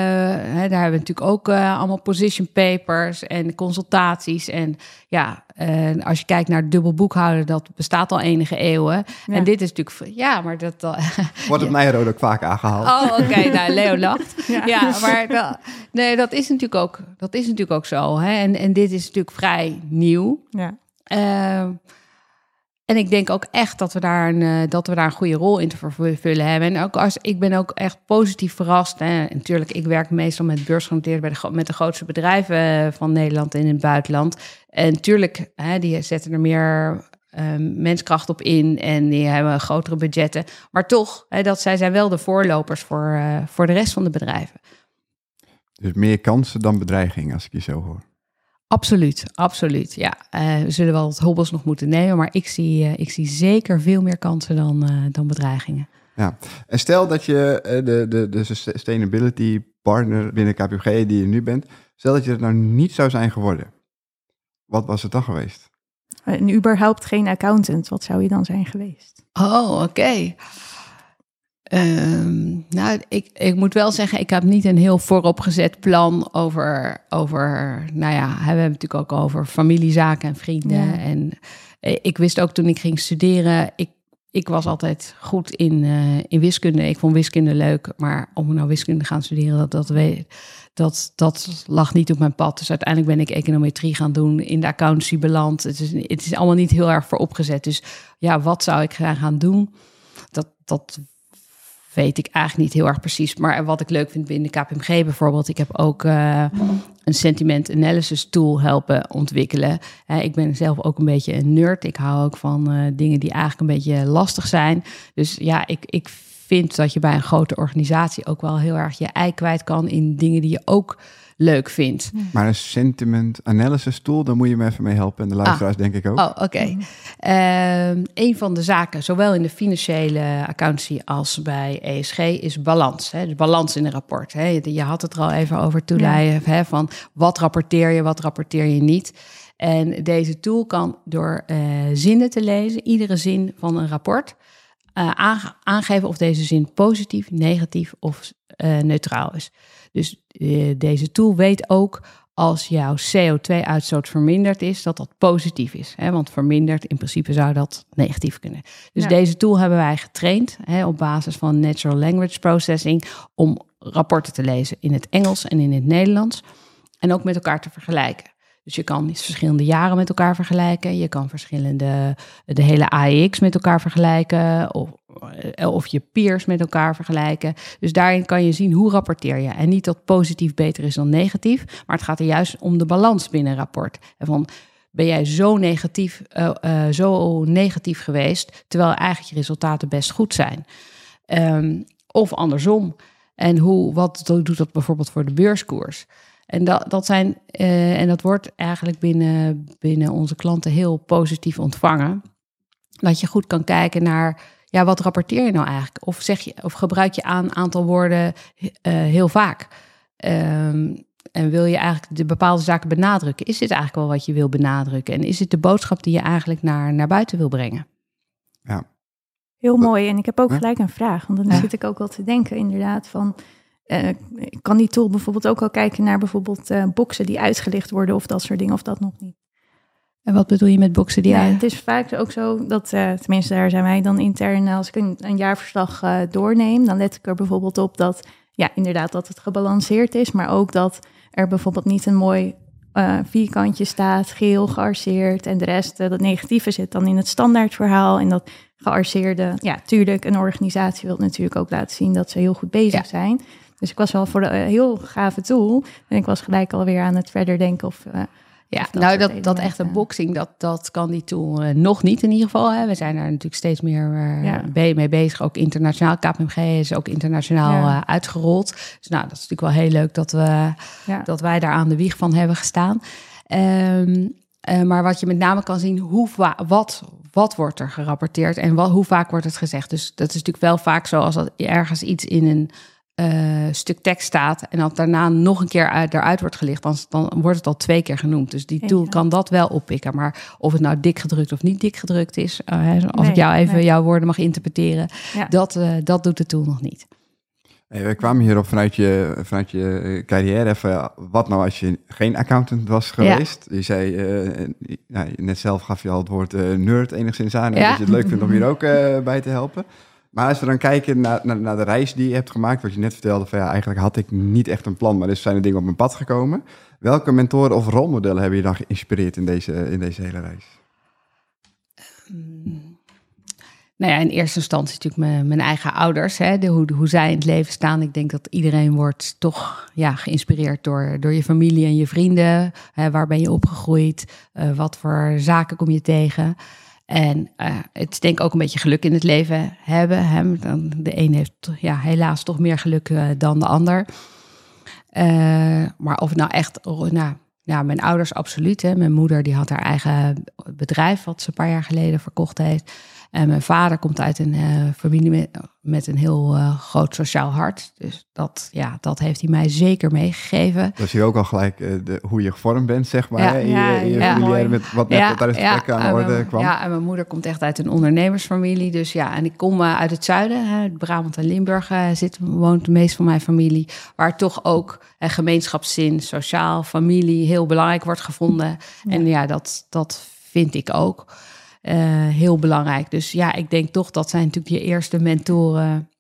hè, daar hebben we natuurlijk ook uh, allemaal position papers en consultaties. En ja, uh, als je kijkt naar dubbel boekhouden, dat bestaat al enige eeuwen. Ja. En dit is natuurlijk, ja, maar dat... Uh, Wordt het Nijrode ook vaak aangehaald. Oh, oké, okay, nou, Leo lacht. Ja, ja maar dat, nee, dat is natuurlijk ook, dat is natuurlijk ook zo. Hè? En, en dit is natuurlijk vrij nieuw. Ja. Uh, En ik denk ook echt dat we daar een, uh, dat we daar een goede rol in te vervullen hebben. En ook als ik ben ook echt positief verrast. Hè. Natuurlijk, ik werk meestal met beursgenoteerd bij de, met de grootste bedrijven van Nederland en in het buitenland. En natuurlijk, hè, die zetten er meer uh, menskracht op in en die hebben grotere budgetten. Maar toch, hè, dat zij zijn wel de voorlopers voor, uh, voor de rest van de bedrijven. Dus meer kansen dan bedreiging, als ik je zo hoor. Absoluut, absoluut. Ja, uh, we zullen wel wat hobbels nog moeten nemen, maar ik zie, uh, ik zie zeker veel meer kansen dan, uh, dan bedreigingen. Ja, en stel dat je uh, de, de, de sustainability partner binnen K P M G die je nu bent, stel dat je het nou niet zou zijn geworden. Wat was het dan geweest? En überhaupt geen accountant, wat zou je dan zijn geweest? Oh, oké. Okay. Um, nou, ik, ik moet wel zeggen, ik heb niet een heel vooropgezet plan over, over, nou ja, we hebben het natuurlijk ook over familiezaken en vrienden. Ja. En ik wist ook toen ik ging studeren, ik, ik was altijd goed in, uh, in wiskunde. Ik vond wiskunde leuk, maar om nou wiskunde te gaan studeren, dat, dat, weet, dat, dat lag niet op mijn pad. Dus uiteindelijk ben ik econometrie gaan doen, in de accountancy beland. Het is, het is allemaal niet heel erg vooropgezet. Dus ja, wat zou ik graag gaan doen? Dat, dat weet ik eigenlijk niet heel erg precies. Maar wat ik leuk vind binnen de K P M G bijvoorbeeld, ik heb ook uh, een sentiment analysis tool helpen ontwikkelen. Uh, ik ben zelf ook een beetje een nerd. Ik hou ook van uh, dingen die eigenlijk een beetje lastig zijn. Dus ja, ik, ik vind dat je bij een grote organisatie ook wel heel erg je ei kwijt kan in dingen die je ook leuk vindt. Maar een sentiment analysis tool, daar moet je me even mee helpen. En de luisteraars ah. denk ik ook. Oh, oké. Okay. Uh, een van de zaken, zowel in de financiële accountancy als bij E S G, is balans. Hè? Dus balans in een rapport. Hè? Je had het er al even over toen ja. hè, van wat rapporteer je, wat rapporteer je niet. En deze tool kan door uh, zinnen te lezen, iedere zin van een rapport, uh, aangeven of deze zin positief, negatief of uh, neutraal is. Dus uh, deze tool weet ook als jouw C O twee uitstoot verminderd is, dat dat positief is. Hè? Want verminderd, in principe zou dat negatief kunnen. Dus ja. deze tool hebben wij getraind hè, op basis van natural language processing om rapporten te lezen in het Engels en in het Nederlands en ook met elkaar te vergelijken. Dus je kan verschillende jaren met elkaar vergelijken. Je kan verschillende, de hele A E X met elkaar vergelijken. Of, of je peers met elkaar vergelijken. Dus daarin kan je zien hoe rapporteer je. En niet dat positief beter is dan negatief. Maar het gaat er juist om de balans binnen een rapport. En van, ben jij zo negatief, uh, uh, zo negatief geweest, terwijl eigenlijk je resultaten best goed zijn. Um, of andersom. En hoe, wat doet dat bijvoorbeeld voor de beurskoers? En dat, dat zijn, uh, en dat wordt eigenlijk binnen, binnen onze klanten heel positief ontvangen. Dat je goed kan kijken naar, ja, wat rapporteer je nou eigenlijk? Of zeg je, of gebruik je aan aantal woorden uh, heel vaak? Um, en wil je eigenlijk de bepaalde zaken benadrukken? Is dit eigenlijk wel wat je wil benadrukken? En is het de boodschap die je eigenlijk naar, naar buiten wil brengen? Ja. Heel mooi. En ik heb ook gelijk een vraag. Want dan ja. zit ik ook wel te denken inderdaad van... Uh, kan die tool bijvoorbeeld ook al kijken naar bijvoorbeeld uh, boxen die uitgelicht worden of dat soort dingen, of dat nog niet? En wat bedoel je met boxen die... Ja, het is vaak ook zo dat, uh, tenminste daar zijn wij dan intern, als ik een, een jaarverslag uh, doorneem, dan let ik er bijvoorbeeld op dat, ja, inderdaad dat het gebalanceerd is, maar ook dat er bijvoorbeeld niet een mooi uh, vierkantje staat, geel, gearseerd, en de rest, uh, dat negatieve zit dan in het standaardverhaal. En dat gearseerde, ja, tuurlijk, een organisatie wil natuurlijk ook laten zien dat ze heel goed bezig ja. zijn. Dus ik was wel voor een uh, heel gave tool. En ik was gelijk alweer aan het verder denken of... Uh, ja, of dat nou dat, dat echte boxing, dat, dat kan die tool uh, nog niet in ieder geval. Hè. We zijn daar natuurlijk steeds meer uh, ja. mee bezig. Ook internationaal. K P M G is ook internationaal ja. uh, uitgerold. Dus nou, dat is natuurlijk wel heel leuk dat, we, ja. dat wij daar aan de wieg van hebben gestaan. Um, uh, maar wat je met name kan zien, hoe va- wat... Wat wordt er gerapporteerd en wat, hoe vaak wordt het gezegd? Dus dat is natuurlijk wel vaak zo als dat ergens iets in een uh, stuk tekst staat en dat daarna nog een keer uit, eruit wordt gelicht, dan, dan wordt het al twee keer genoemd. Dus die tool ja. kan dat wel oppikken. Maar of het nou dik gedrukt of niet dik gedrukt is, uh, als nee, ik jou even nee. jouw woorden mag interpreteren, ja. dat, uh, dat doet de tool nog niet. Hey, we kwamen hierop vanuit je, vanuit je carrière even. Wat nou als je geen accountant was geweest? Ja. Je zei, uh, nou, net zelf gaf je al het woord uh, nerd enigszins aan. Ja. Dat je het leuk vindt om hier ook uh, bij te helpen. Maar als we dan kijken naar, naar, naar de reis die je hebt gemaakt. Wat je net vertelde, van ja, eigenlijk had ik niet echt een plan. Maar er zijn er dingen op mijn pad gekomen. Welke mentoren of rolmodellen hebben je dan geïnspireerd in deze, in deze hele reis? Um. Nou ja, in eerste instantie natuurlijk mijn, mijn eigen ouders, hè, de, hoe, hoe zij in het leven staan. Ik denk dat iedereen wordt toch ja, geïnspireerd door, door je familie en je vrienden. Hè, waar ben je opgegroeid? Uh, wat voor zaken kom je tegen? En uh, het is denk ik ook een beetje geluk in het leven hebben. Hè. De een heeft ja, helaas toch meer geluk uh, dan de ander. Uh, maar of het nou echt... Nou, ja, mijn ouders absoluut. Hè. Mijn moeder die had haar eigen bedrijf, wat ze een paar jaar geleden verkocht heeft. En mijn vader komt uit een uh, familie met, met een heel uh, groot sociaal hart. Dus dat, ja, dat heeft hij mij zeker meegegeven. Dat zie je ook al gelijk uh, de, hoe je gevormd bent, zeg maar. Ja, hè? In ja, je, in je ja, familie, met wat net ja, tijdens het gesprek ja, aan de orde kwam. Ja, en mijn moeder komt echt uit een ondernemersfamilie. Dus ja, en ik kom uh, uit het zuiden, hè, Brabant en Limburg uh, zit, woont de meeste van mijn familie. Waar toch ook uh, gemeenschapszin, sociaal, familie heel belangrijk wordt gevonden. Ja. En ja, dat, dat vind ik ook. Uh, heel belangrijk. Dus ja, ik denk toch dat zijn natuurlijk je eerste mentoren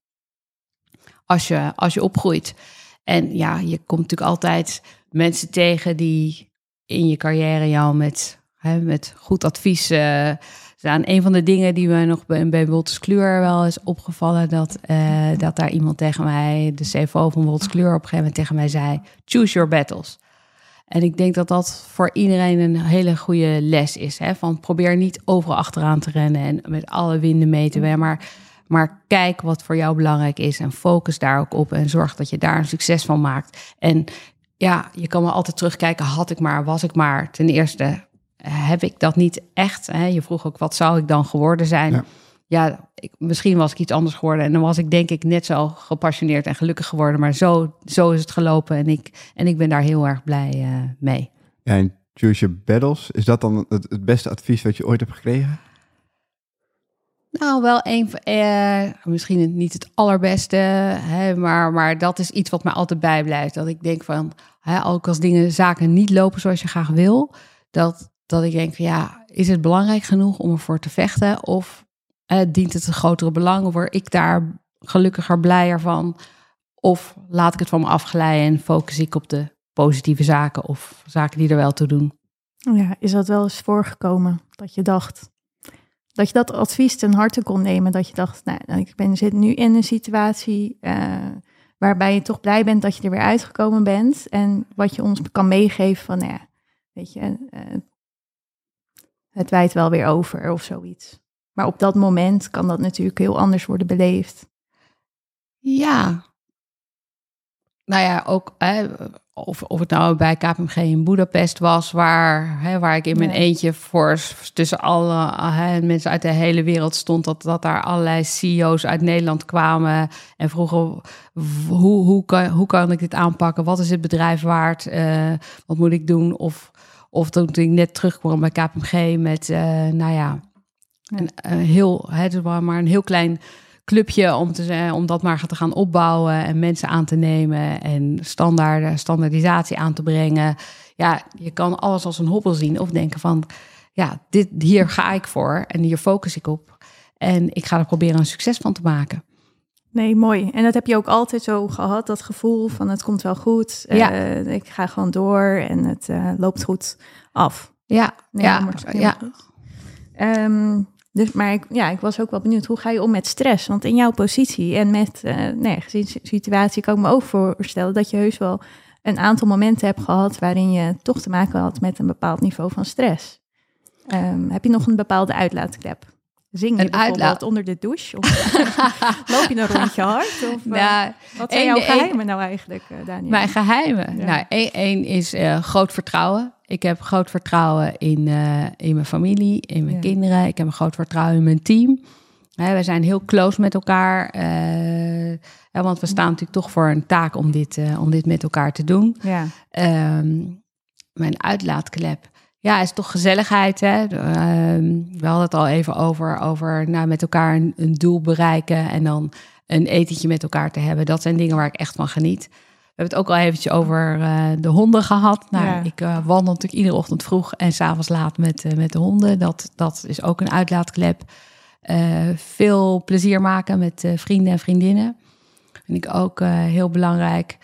als je, als je opgroeit. En ja, je komt natuurlijk altijd mensen tegen die in je carrière jou met, hè, met goed advies uh, zijn. Een van de dingen die me nog bij, bij Wolters Kluwer wel is opgevallen, dat, uh, dat daar iemand tegen mij, de C F O van Wolters Kluwer, op een gegeven moment tegen mij zei, choose your battles. En ik denk dat dat voor iedereen een hele goede les is. Hè? Van probeer niet overal achteraan te rennen en met alle winden mee te werken. Maar, maar kijk wat voor jou belangrijk is en focus daar ook op. En zorg dat je daar een succes van maakt. En ja, je kan maar altijd terugkijken. Had ik maar, was ik maar. Ten eerste heb ik dat niet echt. Hè? Je vroeg ook, wat zou ik dan geworden zijn? Ja. Ja, ik, misschien was ik iets anders geworden. En dan was ik denk ik net zo gepassioneerd en gelukkig geworden. Maar zo, zo is het gelopen. En ik, en ik ben daar heel erg blij uh, mee. Ja, en choose your battles. Is dat dan het, het beste advies wat je ooit hebt gekregen? Nou, wel een uh, misschien niet het allerbeste. Hè, maar, maar dat is iets wat mij altijd bijblijft. Dat ik denk van, hè, ook als dingen, zaken niet lopen zoals je graag wil. Dat, dat ik denk van, ja, is het belangrijk genoeg om ervoor te vechten? Of... Uh, dient het een grotere belang? Word ik daar gelukkiger, blijer van? Of laat ik het van me afglijden en focus ik op de positieve zaken of zaken die er wel toe doen? Ja, is dat wel eens voorgekomen dat je dacht, dat je dat advies ten harte kon nemen? Dat je dacht, nou, ik ben, zit nu in een situatie uh, waarbij je toch blij bent dat je er weer uitgekomen bent. En wat je ons kan meegeven van, nou ja, weet je, uh, het wijt wel weer over of zoiets. Maar op dat moment kan dat natuurlijk heel anders worden beleefd. Ja, nou ja, ook hè, of, of het nou bij K P M G in Budapest was, waar, hè, waar ik in mijn ja. eentje voor tussen alle hè, mensen uit de hele wereld stond, dat, dat daar allerlei C E O's uit Nederland kwamen en vroegen hoe, hoe, kan, hoe kan ik dit aanpakken? Wat is het bedrijf waard? Uh, wat moet ik doen? Of, of toen ik net terugkwam bij K P M G met, uh, nou ja, ja. Een, een heel, hè, het was maar een heel klein clubje om, te, om dat maar te gaan opbouwen en mensen aan te nemen en standaarden, standaardisatie aan te brengen. Ja, je kan alles als een hobbel zien of denken van, ja, dit, hier ga ik voor en hier focus ik op. En ik ga er proberen een succes van te maken. Nee, mooi. En dat heb je ook altijd zo gehad, dat gevoel van het komt wel goed. Ja. Uh, ik ga gewoon door en het uh, loopt goed af. Ja, nee, ja, ja. Um, Dus, maar ik, ja, ik was ook wel benieuwd, hoe ga je om met stress? Want in jouw positie en met uh, nee, gezinssituatie kan ik me ook voorstellen dat je heus wel een aantal momenten hebt gehad waarin je toch te maken had met een bepaald niveau van stress. Um, heb je nog een bepaalde uitlaatklep? Zing je een bijvoorbeeld uitlaat... onder de douche? Of loop je een rondje hard? Of, uh, nou, wat zijn een, jouw geheimen een, nou eigenlijk, uh, Daniël? Mijn geheimen? Ja. Nou, één, één is uh, groot vertrouwen. Ik heb groot vertrouwen in, uh, in mijn familie, in mijn ja. kinderen. Ik heb een groot vertrouwen in mijn team. Hè, we zijn heel close met elkaar. Uh, ja, want we staan natuurlijk toch voor een taak om dit, uh, om dit met elkaar te doen. Ja. Um, mijn uitlaatklep. Ja, is toch gezelligheid. Hè? Uh, we hadden het al even over, over nou, met elkaar een, een doel bereiken en dan een etentje met elkaar te hebben. Dat zijn dingen waar ik echt van geniet. We hebben het ook al eventjes over uh, de honden gehad. Nou, ja. Ik uh, wandel natuurlijk iedere ochtend vroeg en 's avonds laat met, uh, met de honden. Dat, dat is ook een uitlaatklep. Uh, veel plezier maken met uh, vrienden en vriendinnen. Vind ik ook uh, heel belangrijk.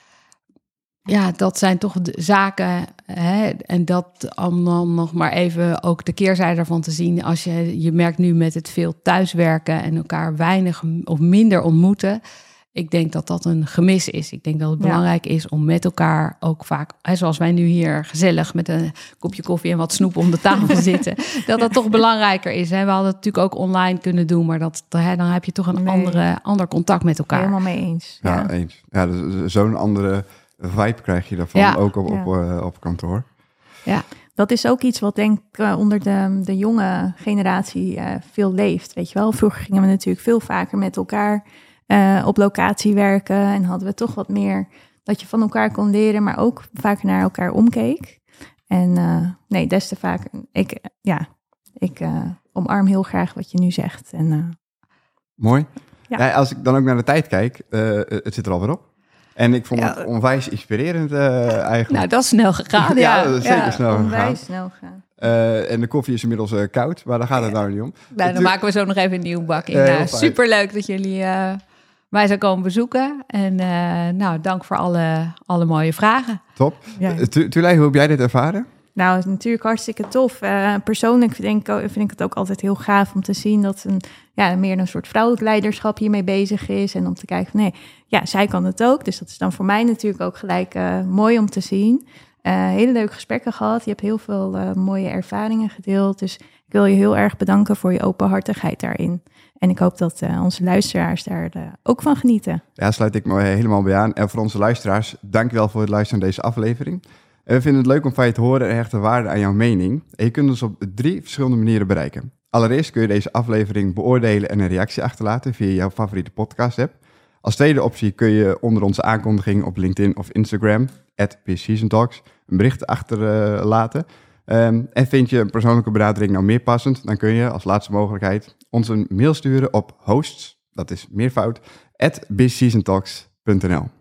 Ja, dat zijn toch de zaken. Hè? En dat om dan nog maar even ook de keerzijde ervan te zien. Als je, je merkt nu met het veel thuiswerken en elkaar weinig of minder ontmoeten. Ik denk dat dat een gemis is. Ik denk dat het belangrijk ja. is om met elkaar ook vaak, hè, zoals wij nu hier gezellig met een kopje koffie en wat snoep om de tafel zitten, dat dat toch belangrijker is. Hè. We hadden het natuurlijk ook online kunnen doen, maar dat, hè, dan heb je toch een nee. andere, ander contact met elkaar. Helemaal mee eens. Ja, ja. eens. Ja, dus zo'n andere vibe krijg je daarvan, ja. ook op, ja. op, uh, op kantoor. Ja. Dat is ook iets wat denk ik uh, onder de, de jonge generatie uh, veel leeft. Weet je wel, vroeger gingen we natuurlijk veel vaker met elkaar Uh, op locatie werken en hadden we toch wat meer dat je van elkaar kon leren, maar ook vaker naar elkaar omkeek. En uh, nee, des te vaker. Ik, ja, ik uh, omarm heel graag wat je nu zegt. En, uh, Mooi. Ja. Ja, als ik dan ook naar de tijd kijk, uh, het zit er alweer op. En ik vond ja. het onwijs inspirerend uh, eigenlijk. Nou, dat is snel gegaan. ja, dat is zeker ja, snel onwijs gegaan. snel gegaan. Uh, en de koffie is inmiddels uh, koud, maar daar gaat het nou niet om. Nou, dan maken we zo nog even een nieuw bak in. Uh, superleuk dat jullie uh, mij zijn komen bezoeken. En uh, nou, dank voor alle, alle mooie vragen. Top. Ja. Uh, Tulay, hoe heb jij dit ervaren? Nou, natuurlijk hartstikke tof. Uh, persoonlijk vind ik, vind ik het ook altijd heel gaaf om te zien dat een, ja, meer een soort vrouwelijk leiderschap hiermee bezig is. En om te kijken van nee, ja, zij kan het ook. Dus dat is dan voor mij natuurlijk ook gelijk uh, mooi om te zien. Uh, hele leuke gesprekken gehad. Je hebt heel veel uh, mooie ervaringen gedeeld. Dus ik wil je heel erg bedanken voor je openhartigheid daarin. En ik hoop dat uh, onze luisteraars daar uh, ook van genieten. Ja, sluit ik me helemaal bij aan. En voor onze luisteraars, dank wel voor het luisteren naar deze aflevering. En we vinden het leuk om van je te horen en hechten waarde aan jouw mening. En je kunt ons op drie verschillende manieren bereiken. Allereerst kun je deze aflevering beoordelen en een reactie achterlaten via jouw favoriete podcast app. Als tweede optie kun je onder onze aankondiging op LinkedIn of Instagram, at Peer Season Talks, een bericht achterlaten. Um, en vind je een persoonlijke benadering nou meer passend, dan kun je als laatste mogelijkheid ons een mail sturen op hosts, dat is meervoud, at bizseasontalks punt n l.